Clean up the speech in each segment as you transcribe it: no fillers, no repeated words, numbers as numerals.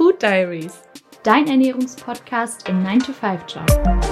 Food Diaries, dein Ernährungspodcast im 9-to-5-Job.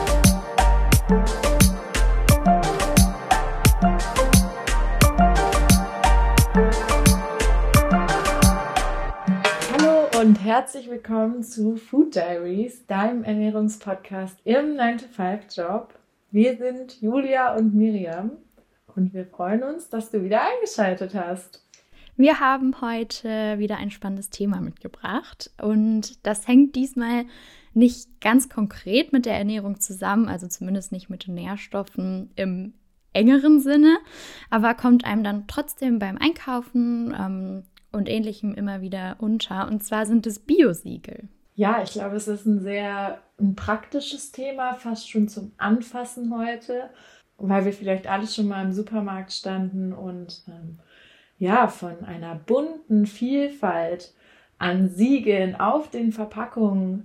Hallo und herzlich willkommen zu Food Diaries, deinem Ernährungspodcast im 9-to-5-Job. Wir sind Julia und Miriam und wir freuen uns, dass du wieder eingeschaltet hast. Wir haben heute wieder ein spannendes Thema mitgebracht und das hängt diesmal nicht ganz konkret mit der Ernährung zusammen, also zumindest nicht mit den Nährstoffen im engeren Sinne, aber kommt einem dann trotzdem beim Einkaufen und Ähnlichem immer wieder unter, und zwar sind es Biosiegel. Ja, ich glaube, es ist ein praktisches Thema, fast schon zum Anfassen heute, weil wir vielleicht alle schon mal im Supermarkt standen und von einer bunten Vielfalt an Siegeln auf den Verpackungen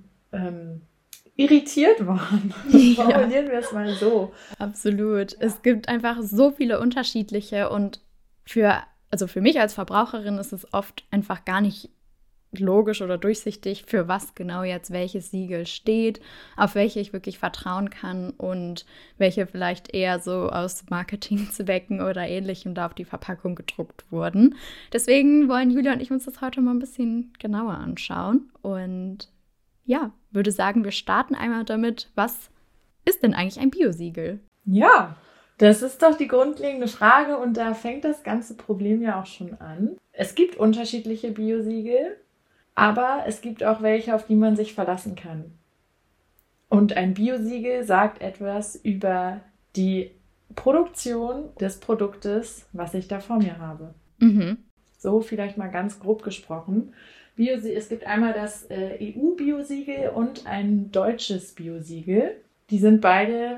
irritiert waren. Formulieren wir es mal so. Absolut. Ja. Es gibt einfach so viele unterschiedliche und für mich als Verbraucherin ist es oft einfach gar nicht logisch oder durchsichtig, für was genau jetzt welches Siegel steht, auf welche ich wirklich vertrauen kann und welche vielleicht eher so aus Marketingzwecken oder Ähnlichem da auf die Verpackung gedruckt wurden. Deswegen wollen Julia und ich uns das heute mal ein bisschen genauer anschauen und ja, würde sagen, wir starten einmal damit, was ist denn eigentlich ein Biosiegel? Ja, das ist doch die grundlegende Frage und da fängt das ganze Problem ja auch schon an. Es gibt unterschiedliche Biosiegel, aber es gibt auch welche, auf die man sich verlassen kann. Und ein Biosiegel sagt etwas über die Produktion des Produktes, was ich da vor mir habe. Mhm. So vielleicht mal ganz grob gesprochen. Es gibt einmal das EU-Biosiegel und ein deutsches Biosiegel. Die sind beide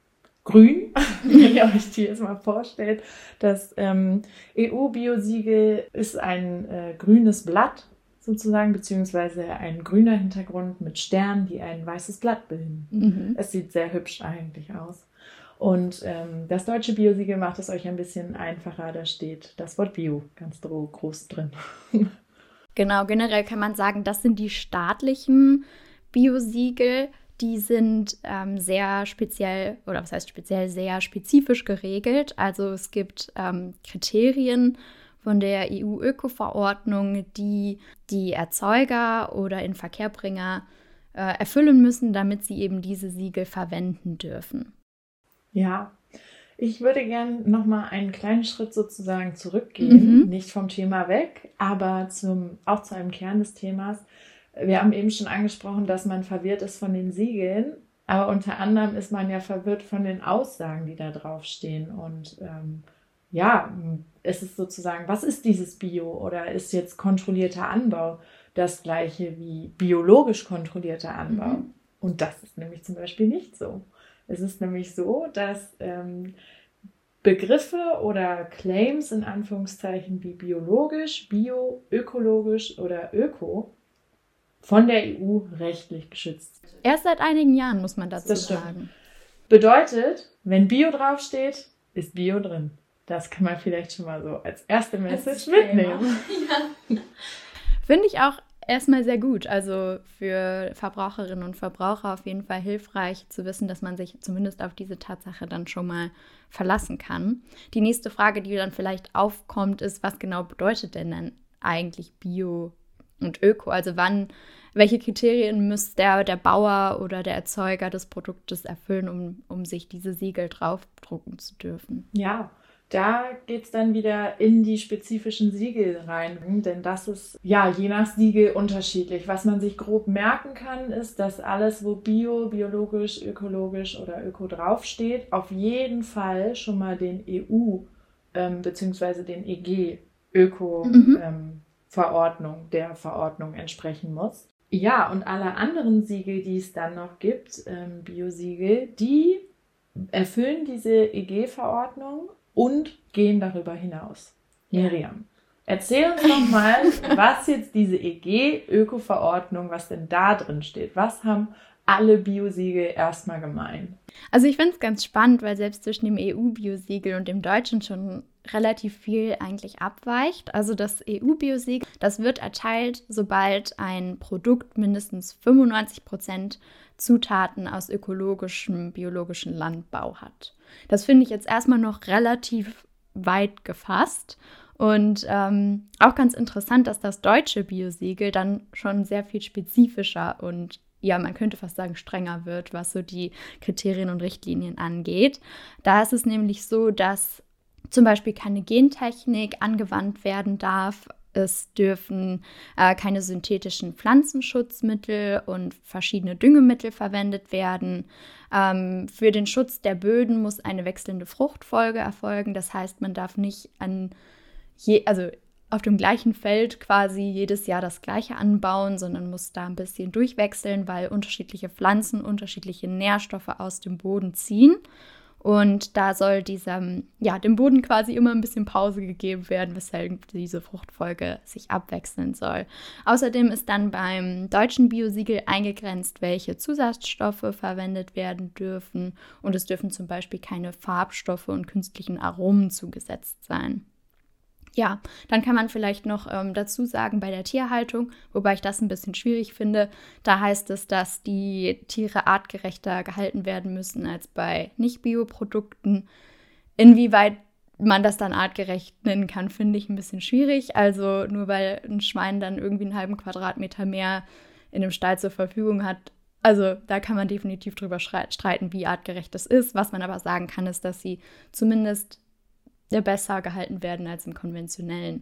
grün, wenn ihr euch die jetzt mal vorstellt. Das EU-Biosiegel ist ein grünes Blatt sozusagen, beziehungsweise ein grüner Hintergrund mit Sternen, die ein weißes Blatt bilden. Mhm. Es sieht sehr hübsch eigentlich aus. Und das deutsche Biosiegel macht es euch ein bisschen einfacher. Da steht das Wort Bio ganz groß drin. Genau, generell kann man sagen, das sind die staatlichen Biosiegel. Die sind sehr speziell, oder was heißt speziell, sehr spezifisch geregelt. Also es gibt Kriterien von der EU-Öko-Verordnung, die die Erzeuger oder Inverkehrbringer erfüllen müssen, damit sie eben diese Siegel verwenden dürfen. Ja, ich würde gerne nochmal einen kleinen Schritt sozusagen zurückgehen, nicht vom Thema weg, aber auch zu einem Kern des Themas. Wir haben eben schon angesprochen, dass man verwirrt ist von den Siegeln, aber unter anderem ist man ja verwirrt von den Aussagen, die da draufstehen. Und es ist sozusagen, was ist dieses Bio oder ist jetzt kontrollierter Anbau das gleiche wie biologisch kontrollierter Anbau? Und das ist nämlich zum Beispiel nicht so. Es ist nämlich so, dass Begriffe oder Claims in Anführungszeichen wie biologisch, bio, ökologisch oder öko von der EU rechtlich geschützt sind. Erst seit einigen Jahren, muss man dazu sagen. Bedeutet, wenn Bio draufsteht, ist Bio drin. Das kann man vielleicht schon mal so als erste Message mitnehmen. Ja. Finde ich auch erstmal sehr gut. Also für Verbraucherinnen und Verbraucher auf jeden Fall hilfreich zu wissen, dass man sich zumindest auf diese Tatsache dann schon mal verlassen kann. Die nächste Frage, die dann vielleicht aufkommt, ist, was genau bedeutet denn eigentlich Bio und Öko? Also welche Kriterien muss der Bauer oder der Erzeuger des Produktes erfüllen, um sich diese Siegel draufdrucken zu dürfen? Ja, da geht es dann wieder in die spezifischen Siegel rein, denn das ist ja je nach Siegel unterschiedlich. Was man sich grob merken kann, ist, dass alles, wo Bio, biologisch, ökologisch oder Öko draufsteht, auf jeden Fall schon mal den EU- bzw. den EG-Öko- der Verordnung entsprechen muss. Ja, und alle anderen Siegel, die es dann noch gibt, Biosiegel, die erfüllen diese EG-Verordnung und gehen darüber hinaus. Miriam, erzähl uns doch mal, was jetzt diese EG-Öko-Verordnung, was denn da drin steht. Was haben alle Biosiegel erstmal gemein? Also ich finde es ganz spannend, weil selbst zwischen dem EU-Biosiegel und dem deutschen schon relativ viel eigentlich abweicht. Also das EU-Biosiegel, das wird erteilt, sobald ein Produkt mindestens 95% Zutaten aus ökologischem, biologischem Landbau hat. Das finde ich jetzt erstmal noch relativ weit gefasst. Und auch ganz interessant, dass das deutsche Biosiegel dann schon sehr viel spezifischer und ja, man könnte fast sagen, strenger wird, was so die Kriterien und Richtlinien angeht. Da ist es nämlich so, dass zum Beispiel keine Gentechnik angewandt werden darf. Es dürfen keine synthetischen Pflanzenschutzmittel und verschiedene Düngemittel verwendet werden. Für den Schutz der Böden muss eine wechselnde Fruchtfolge erfolgen. Das heißt, man darf nicht auf dem gleichen Feld quasi jedes Jahr das Gleiche anbauen, sondern muss da ein bisschen durchwechseln, weil unterschiedliche Pflanzen unterschiedliche Nährstoffe aus dem Boden ziehen. Und da soll dem Boden quasi immer ein bisschen Pause gegeben werden, weshalb diese Fruchtfolge sich abwechseln soll. Außerdem ist dann beim deutschen Biosiegel eingegrenzt, welche Zusatzstoffe verwendet werden dürfen. Und es dürfen zum Beispiel keine Farbstoffe und künstlichen Aromen zugesetzt sein. Ja, dann kann man vielleicht noch dazu sagen bei der Tierhaltung, wobei ich das ein bisschen schwierig finde, da heißt es, dass die Tiere artgerechter gehalten werden müssen als bei Nicht-Bio-Produkten. Inwieweit man das dann artgerecht nennen kann, finde ich ein bisschen schwierig. Also nur weil ein Schwein dann irgendwie einen halben Quadratmeter mehr in dem Stall zur Verfügung hat, also da kann man definitiv drüber streiten, wie artgerecht das ist. Was man aber sagen kann, ist, dass sie zumindest besser gehalten werden als im konventionellen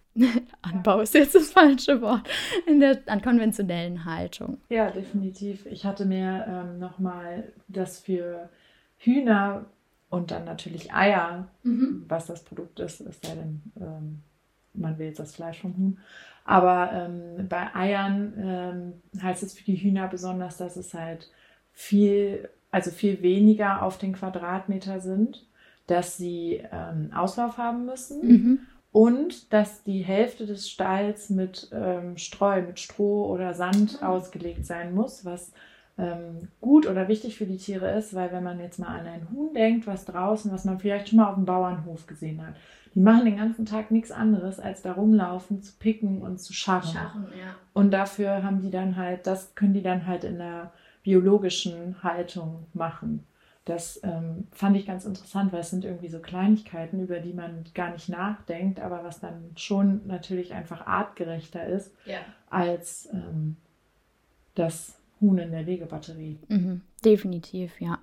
Anbau, ist jetzt das falsche Wort, an konventionellen Haltung. Ja, definitiv. Ich hatte mir nochmal das für Hühner und dann natürlich Eier, was das Produkt ist, es sei denn, man will jetzt das Fleisch vom Huhn. Aber bei Eiern heißt es für die Hühner besonders, dass es halt viel weniger auf den Quadratmeter sind, dass sie Auslauf haben müssen und dass die Hälfte des Stalls mit Stroh oder Sand ausgelegt sein muss, was gut oder wichtig für die Tiere ist, weil wenn man jetzt mal an ein Huhn denkt, was man vielleicht schon mal auf dem Bauernhof gesehen hat, die machen den ganzen Tag nichts anderes, als da rumlaufen, zu picken und zu scharren. Ja. Und dafür können die dann halt in der biologischen Haltung machen. Das fand ich ganz interessant, weil es sind irgendwie so Kleinigkeiten, über die man gar nicht nachdenkt, aber was dann schon natürlich einfach artgerechter ist als das Huhn in der Legebatterie. Definitiv, ja.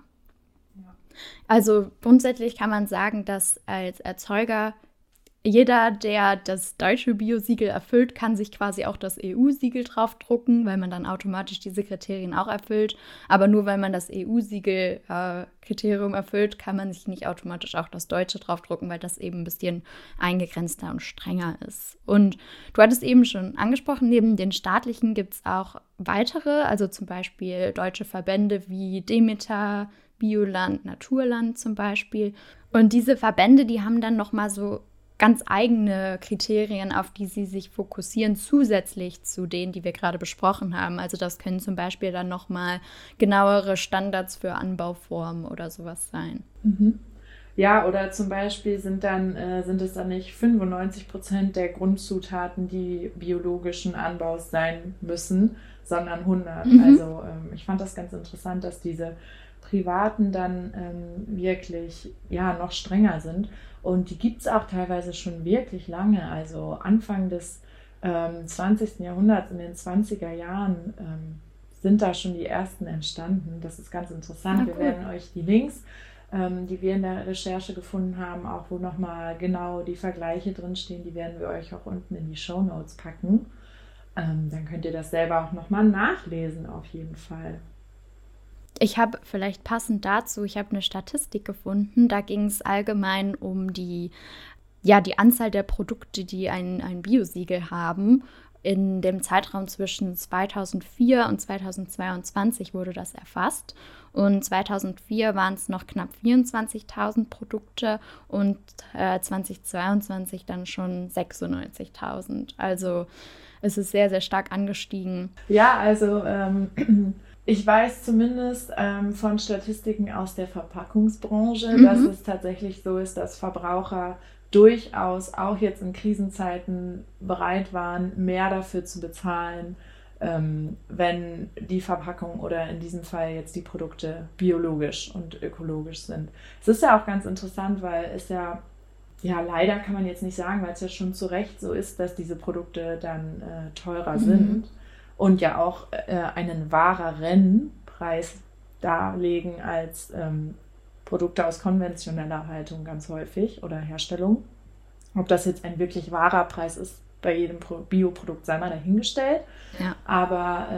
Also grundsätzlich kann man sagen, dass als Erzeuger jeder, der das deutsche Biosiegel erfüllt, kann sich quasi auch das EU-Siegel draufdrucken, weil man dann automatisch diese Kriterien auch erfüllt. Aber nur weil man das EU-Siegel-Kriterium erfüllt, kann man sich nicht automatisch auch das deutsche draufdrucken, weil das eben ein bisschen eingegrenzter und strenger ist. Und du hattest eben schon angesprochen, neben den staatlichen gibt es auch weitere, also zum Beispiel deutsche Verbände wie Demeter, Bioland, Naturland zum Beispiel. Und diese Verbände, die haben dann nochmal so ganz eigene Kriterien, auf die sie sich fokussieren, zusätzlich zu denen, die wir gerade besprochen haben. Also das können zum Beispiel dann nochmal genauere Standards für Anbauformen oder sowas sein. Ja, oder zum Beispiel sind es dann nicht 95% der Grundzutaten, die biologischen Anbaus sein müssen, sondern 100. Also ich fand das ganz interessant, dass diese privaten dann wirklich noch strenger sind. Und die gibt es auch teilweise schon wirklich lange. Also Anfang des 20. Jahrhunderts, in den 20er Jahren, sind da schon die ersten entstanden. Das ist ganz interessant. Wir werden euch die Links, die wir in der Recherche gefunden haben, auch wo nochmal genau die Vergleiche drinstehen, die werden wir euch auch unten in die Shownotes packen. Dann könnt ihr das selber auch nochmal nachlesen, auf jeden Fall. Ich habe vielleicht passend dazu, ich habe eine Statistik gefunden, da ging es allgemein um die Anzahl der Produkte, die ein Biosiegel haben. In dem Zeitraum zwischen 2004 und 2022 wurde das erfasst. Und 2004 waren es noch knapp 24.000 Produkte und 2022 dann schon 96.000. Also es ist sehr, sehr stark angestiegen. Ja, also Ich weiß zumindest von Statistiken aus der Verpackungsbranche, dass es tatsächlich so ist, dass Verbraucher durchaus auch jetzt in Krisenzeiten bereit waren, mehr dafür zu bezahlen, wenn die Verpackung oder in diesem Fall jetzt die Produkte biologisch und ökologisch sind. Es ist ja auch ganz interessant, weil es ja leider kann man jetzt nicht sagen, weil es ja schon zu Recht so ist, dass diese Produkte dann teurer sind und ja auch einen wahreren Preis darlegen als Produkte aus konventioneller Haltung ganz häufig oder Herstellung. Ob das jetzt ein wirklich wahrer Preis ist, bei jedem Bioprodukt sei mal dahingestellt. Ja. Aber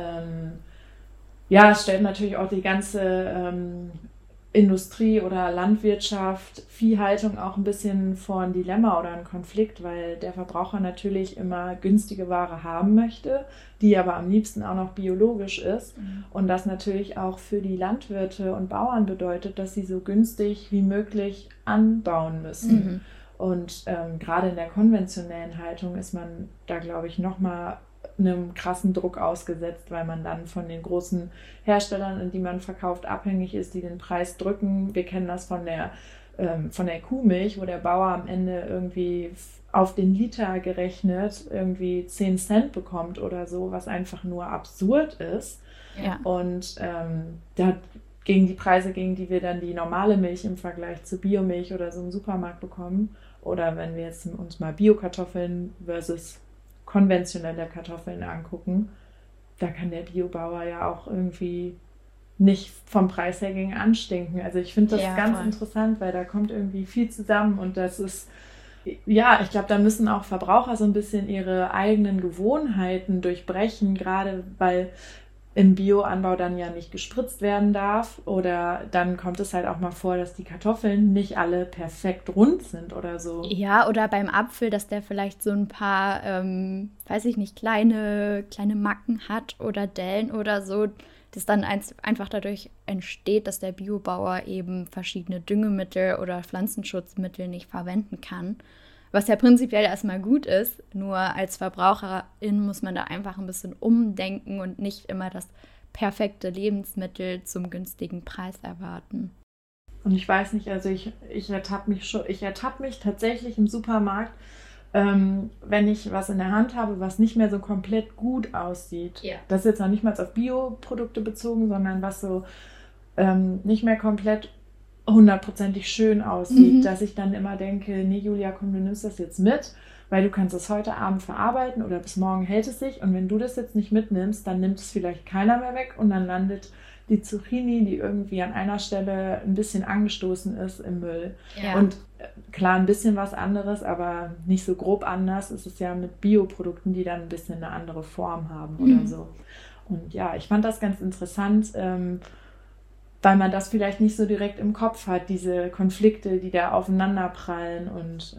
es stellt natürlich auch die ganze Industrie oder Landwirtschaft, Viehhaltung auch ein bisschen vor ein Dilemma oder einen Konflikt, weil der Verbraucher natürlich immer günstige Ware haben möchte, die aber am liebsten auch noch biologisch ist. Und das natürlich auch für die Landwirte und Bauern bedeutet, dass sie so günstig wie möglich anbauen müssen. Und gerade in der konventionellen Haltung ist man da, glaube ich, nochmal einem krassen Druck ausgesetzt, weil man dann von den großen Herstellern, in die man verkauft, abhängig ist, die den Preis drücken. Wir kennen das von der Kuhmilch, wo der Bauer am Ende irgendwie auf den Liter gerechnet irgendwie 10 Cent bekommt oder so, was einfach nur absurd ist. Ja. Und da gegen die Preise, gegen die wir dann die normale Milch im Vergleich zu Biomilch oder so im Supermarkt bekommen, oder wenn wir jetzt uns mal Biokartoffeln versus konventionelle Kartoffeln angucken, da kann der Biobauer ja auch irgendwie nicht vom Preis her gegen anstinken. Also ich finde das ganz interessant, weil da kommt irgendwie viel zusammen und das ist, ich glaube, da müssen auch Verbraucher so ein bisschen ihre eigenen Gewohnheiten durchbrechen, gerade weil im Bioanbau dann ja nicht gespritzt werden darf oder dann kommt es halt auch mal vor, dass die Kartoffeln nicht alle perfekt rund sind oder so. Ja, oder beim Apfel, dass der vielleicht so ein paar, weiß ich nicht, kleine Macken hat oder Dellen oder so, das dann einfach dadurch entsteht, dass der Biobauer eben verschiedene Düngemittel oder Pflanzenschutzmittel nicht verwenden kann. Was ja prinzipiell erstmal gut ist, nur als Verbraucherin muss man da einfach ein bisschen umdenken und nicht immer das perfekte Lebensmittel zum günstigen Preis erwarten. Und ich weiß nicht, also ich ertappe mich tatsächlich im Supermarkt, wenn ich was in der Hand habe, was nicht mehr so komplett gut aussieht. Ja. Das ist jetzt noch nicht mal auf Bioprodukte bezogen, sondern was so nicht mehr komplett hundertprozentig schön aussieht, dass ich dann immer denke, nee, Julia, komm, du nimmst das jetzt mit, weil du kannst es heute Abend verarbeiten oder bis morgen hält es sich und wenn du das jetzt nicht mitnimmst, dann nimmt es vielleicht keiner mehr weg und dann landet die Zucchini, die irgendwie an einer Stelle ein bisschen angestoßen ist, im Müll. Ja. Und klar, ein bisschen was anderes, aber nicht so grob anders ist es ja mit Bioprodukten, die dann ein bisschen eine andere Form haben oder so. Und ja, ich fand das ganz interessant, weil man das vielleicht nicht so direkt im Kopf hat, diese Konflikte, die da aufeinanderprallen und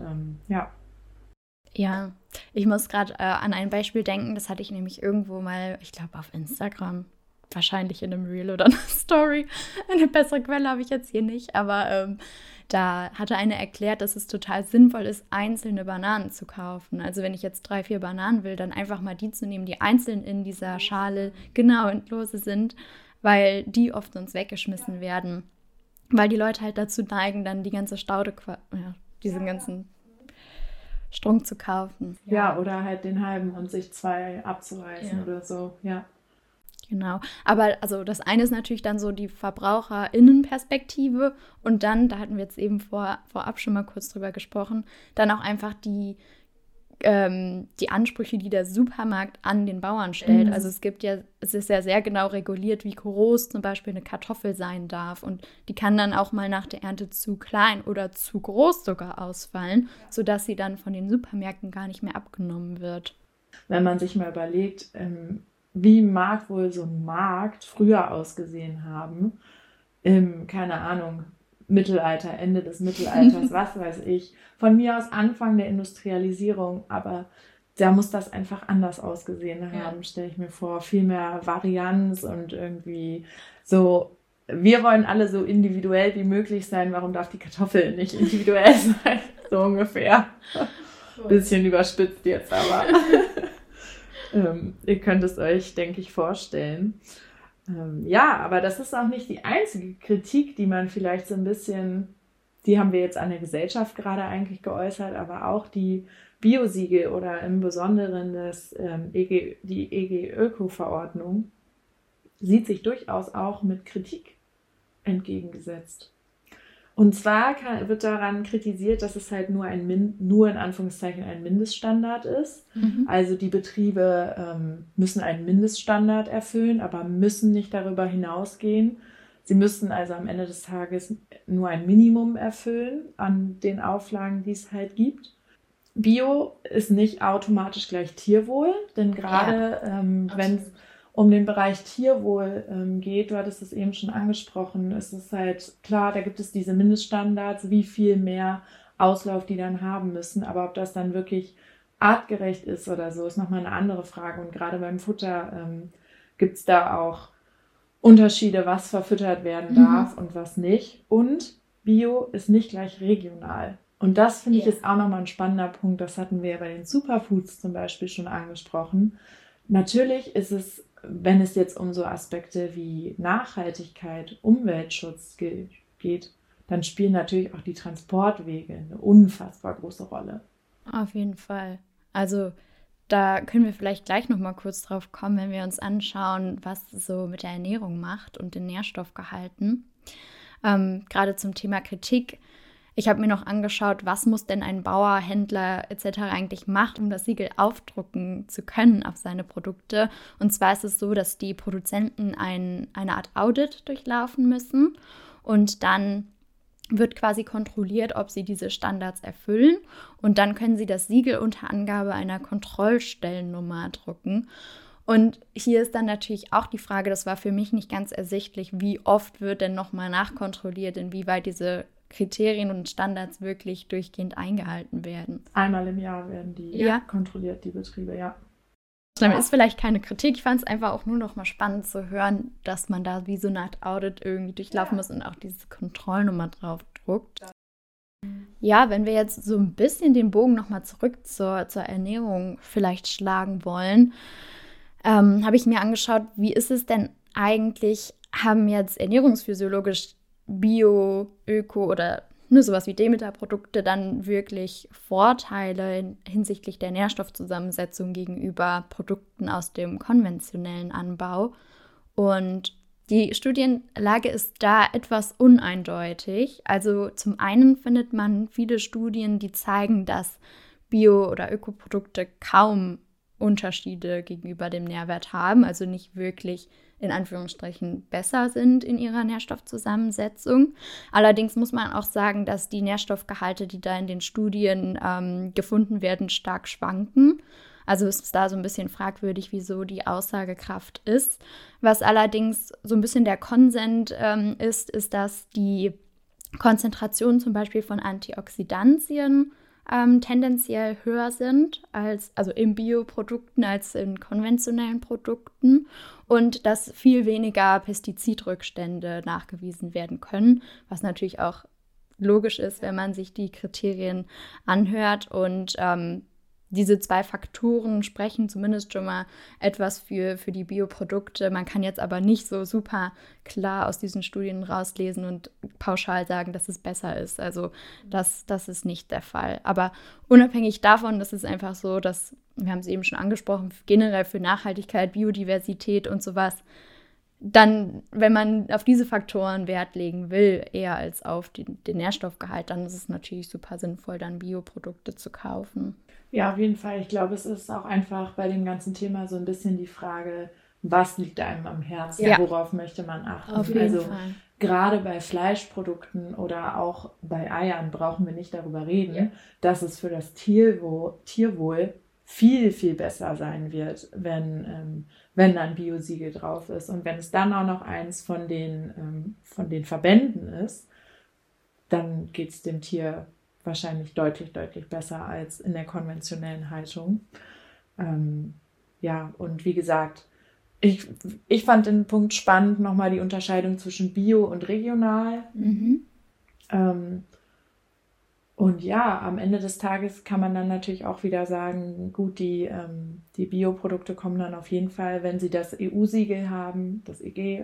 Ja, ich muss gerade an ein Beispiel denken, das hatte ich nämlich irgendwo mal, ich glaube auf Instagram, wahrscheinlich in einem Reel oder einer Story. Eine bessere Quelle habe ich jetzt hier nicht, aber da hatte eine erklärt, dass es total sinnvoll ist, einzelne Bananen zu kaufen. Also wenn ich jetzt 3, 4 Bananen will, dann einfach mal die zu nehmen, die einzeln in dieser Schale genau in Lose sind, weil die oft sonst weggeschmissen werden. Weil die Leute halt dazu neigen, dann die ganze Staude, diesen ganzen Strunk zu kaufen. Ja, oder halt den halben und sich 2 abzureißen oder so, ja. Genau, aber also das eine ist natürlich dann so die VerbraucherInnen-Perspektive und dann, da hatten wir jetzt eben vorab schon mal kurz drüber gesprochen, dann auch einfach die Ansprüche, die der Supermarkt an den Bauern stellt. Also es ist ja sehr genau reguliert, wie groß zum Beispiel eine Kartoffel sein darf und die kann dann auch mal nach der Ernte zu klein oder zu groß sogar ausfallen, sodass sie dann von den Supermärkten gar nicht mehr abgenommen wird. Wenn man sich mal überlegt, wie mag wohl so ein Markt früher ausgesehen haben, im, keine Ahnung, Mittelalter, Ende des Mittelalters, was weiß ich. Von mir aus Anfang der Industrialisierung, aber da muss das einfach anders ausgesehen haben, stelle ich mir vor. Viel mehr Varianz und irgendwie so, wir wollen alle so individuell wie möglich sein, warum darf die Kartoffel nicht individuell sein? So ungefähr. Bisschen überspitzt jetzt, aber ihr könnt es euch, denke ich, vorstellen. Ja, aber das ist auch nicht die einzige Kritik, die man vielleicht so ein bisschen, die haben wir jetzt an der Gesellschaft gerade eigentlich geäußert, aber auch die Biosiegel oder im Besonderen die EG-Öko-Verordnung sieht sich durchaus auch mit Kritik entgegengesetzt. Und zwar wird daran kritisiert, dass es halt nur in Anführungszeichen ein Mindeststandard ist. Also die Betriebe müssen einen Mindeststandard erfüllen, aber müssen nicht darüber hinausgehen. Sie müssen also am Ende des Tages nur ein Minimum erfüllen an den Auflagen, die es halt gibt. Bio ist nicht automatisch gleich Tierwohl, denn gerade wenn es um den Bereich Tierwohl geht, du hattest es eben schon angesprochen, ist es halt klar, da gibt es diese Mindeststandards, wie viel mehr Auslauf die dann haben müssen, aber ob das dann wirklich artgerecht ist oder so, ist nochmal eine andere Frage. Und gerade beim Futter gibt es da auch Unterschiede, was verfüttert werden darf und was nicht. Und Bio ist nicht gleich regional. Und das finde ich ist auch nochmal ein spannender Punkt. Das hatten wir ja bei den Superfoods zum Beispiel schon angesprochen. Natürlich ist es, wenn es jetzt um so Aspekte wie Nachhaltigkeit, Umweltschutz geht, dann spielen natürlich auch die Transportwege eine unfassbar große Rolle. Auf jeden Fall. Also da können wir vielleicht gleich noch mal kurz drauf kommen, wenn wir uns anschauen, was es so mit der Ernährung macht und den Nährstoffgehalten. Gerade zum Thema Kritik. Ich habe mir noch angeschaut, was muss denn ein Bauer, Händler etc. eigentlich machen, um das Siegel aufdrucken zu können auf seine Produkte. Und zwar ist es so, dass die Produzenten eine Art Audit durchlaufen müssen und dann wird quasi kontrolliert, ob sie diese Standards erfüllen. Und dann können sie das Siegel unter Angabe einer Kontrollstellennummer drucken. Und hier ist dann natürlich auch die Frage, das war für mich nicht ganz ersichtlich, wie oft wird denn nochmal nachkontrolliert, inwieweit diese Kriterien und Standards wirklich durchgehend eingehalten werden. Einmal im Jahr werden die kontrolliert, die Betriebe, ja. Das ist vielleicht keine Kritik, ich fand es einfach auch nur noch mal spannend zu hören, dass man da wie so eine Art Audit irgendwie durchlaufen muss und auch diese Kontrollnummer drauf druckt. Ja, wenn wir jetzt so ein bisschen den Bogen noch mal zurück zur Ernährung vielleicht schlagen wollen, habe ich mir angeschaut, wie ist es denn eigentlich, haben jetzt ernährungsphysiologisch Bio, Öko oder sowas wie Demeter-Produkte dann wirklich Vorteile hinsichtlich der Nährstoffzusammensetzung gegenüber Produkten aus dem konventionellen Anbau. Und die Studienlage ist da etwas uneindeutig. Also zum einen findet man viele Studien, die zeigen, dass Bio- oder Ökoprodukte kaum Unterschiede gegenüber dem Nährwert haben, also nicht wirklich in Anführungsstrichen besser sind in ihrer Nährstoffzusammensetzung. Allerdings muss man auch sagen, dass die Nährstoffgehalte, die da in den Studien gefunden werden, stark schwanken. Also es ist da so ein bisschen fragwürdig, wieso die Aussagekraft ist. Was allerdings so ein bisschen der Konsens ist, dass die Konzentration zum Beispiel von Antioxidantien tendenziell höher sind also in Bioprodukten als in konventionellen Produkten und dass viel weniger Pestizidrückstände nachgewiesen werden können, was natürlich auch logisch ist, wenn man sich die Kriterien anhört und diese zwei Faktoren sprechen zumindest schon mal etwas für die Bioprodukte. Man kann jetzt aber nicht so super klar aus diesen Studien rauslesen und pauschal sagen, dass es besser ist. Also das ist nicht der Fall. Aber unabhängig davon, ist es einfach so, dass, wir haben es eben schon angesprochen, generell für Nachhaltigkeit, Biodiversität und sowas, dann, wenn man auf diese Faktoren Wert legen will, eher als auf den Nährstoffgehalt, dann ist es natürlich super sinnvoll, dann Bioprodukte zu kaufen. Ja, auf jeden Fall. Ich glaube, es ist auch einfach bei dem ganzen Thema so ein bisschen die Frage, was liegt einem am Herzen, worauf möchte man achten. Auf jeden Fall. Gerade bei Fleischprodukten oder auch bei Eiern brauchen wir nicht darüber reden, dass es für das Tierwohl viel, viel besser sein wird, wenn dann Biosiegel drauf ist. Und wenn es dann auch noch eins von den Verbänden ist, dann geht es dem Tier wahrscheinlich deutlich, deutlich besser als in der konventionellen Haltung. Und wie gesagt, ich fand den Punkt spannend, nochmal die Unterscheidung zwischen Bio und regional. Und ja, am Ende des Tages kann man dann natürlich auch wieder sagen, gut, die Bioprodukte kommen dann auf jeden Fall, wenn sie das EU-Siegel haben, das EG,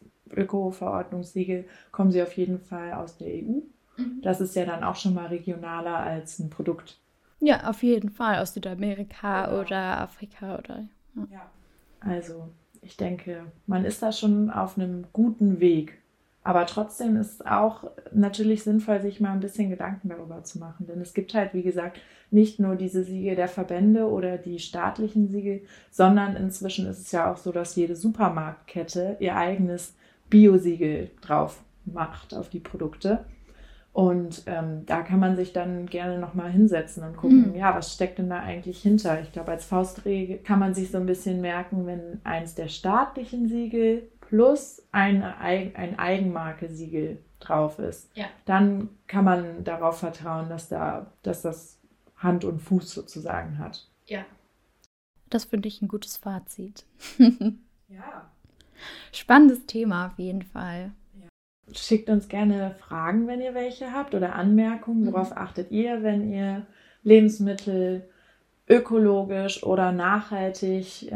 Öko-Verordnungssiegel, kommen sie auf jeden Fall aus der EU. Das ist ja dann auch schon mal regionaler als ein Produkt. Ja, auf jeden Fall, aus Südamerika oder Afrika oder. Ja. Also, ich denke, man ist da schon auf einem guten Weg. Aber trotzdem ist es auch natürlich sinnvoll, sich mal ein bisschen Gedanken darüber zu machen. Denn es gibt halt, wie gesagt, nicht nur diese Siegel der Verbände oder die staatlichen Siegel, sondern inzwischen ist es ja auch so, dass jede Supermarktkette ihr eigenes Biosiegel drauf macht auf die Produkte. Und da kann man sich dann gerne nochmal hinsetzen und gucken, ja, was steckt denn da eigentlich hinter? Ich glaube, als Faustregel kann man sich so ein bisschen merken, wenn eins der staatlichen Siegel plus ein Eigenmarke-Siegel drauf ist, dann kann man darauf vertrauen, dass das Hand und Fuß sozusagen hat. Ja. Das finde ich ein gutes Fazit. Ja. Spannendes Thema auf jeden Fall. Schickt uns gerne Fragen, wenn ihr welche habt oder Anmerkungen. Worauf achtet ihr, wenn ihr Lebensmittel ökologisch oder nachhaltig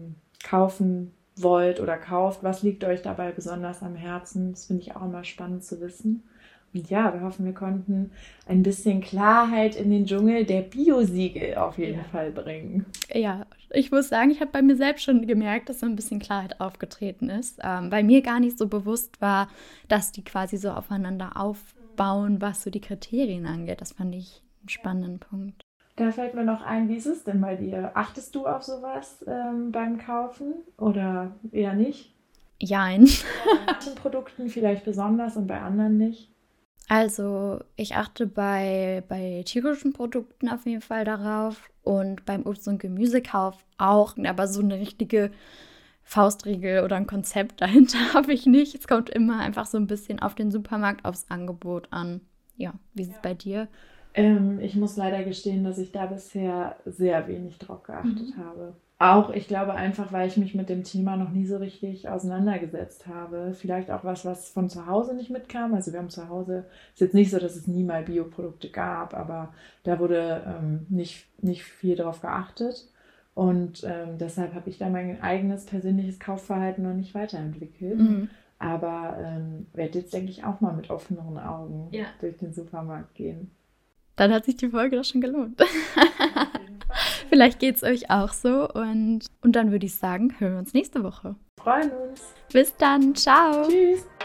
kaufen wollt oder kauft? Was liegt euch dabei besonders am Herzen? Das finde ich auch immer spannend zu wissen. Und ja, wir hoffen, wir konnten ein bisschen Klarheit in den Dschungel der Biosiegel auf jeden Fall bringen. Ja, ich muss sagen, ich habe bei mir selbst schon gemerkt, dass so ein bisschen Klarheit aufgetreten ist, weil mir gar nicht so bewusst war, dass die quasi so aufeinander aufbauen, was so die Kriterien angeht. Das fand ich einen spannenden Punkt. Da fällt mir noch ein, wie ist es denn bei dir? Achtest du auf sowas beim Kaufen oder eher nicht? Jein. Bei manchen Produkten vielleicht besonders und bei anderen nicht? Also ich achte bei tierischen Produkten auf jeden Fall darauf und beim Obst- und Gemüsekauf auch, aber so eine richtige Faustregel oder ein Konzept dahinter habe ich nicht. Es kommt immer einfach so ein bisschen auf den Supermarkt, aufs Angebot an. Ja, wie ist es bei dir? Ich muss leider gestehen, dass ich da bisher sehr wenig drauf geachtet habe. Auch, ich glaube einfach, weil ich mich mit dem Thema noch nie so richtig auseinandergesetzt habe. Vielleicht auch was von zu Hause nicht mitkam. Also wir haben zu Hause, ist jetzt nicht so, dass es nie mal Bioprodukte gab, aber da wurde nicht viel drauf geachtet. Und deshalb habe ich da mein eigenes persönliches Kaufverhalten noch nicht weiterentwickelt. Aber werde jetzt, denke ich, auch mal mit offeneren Augen durch den Supermarkt gehen. Dann hat sich die Folge doch schon gelohnt. Vielleicht geht es euch auch so. Und dann würde ich sagen, hören wir uns nächste Woche. Freuen uns. Bis dann. Ciao. Tschüss.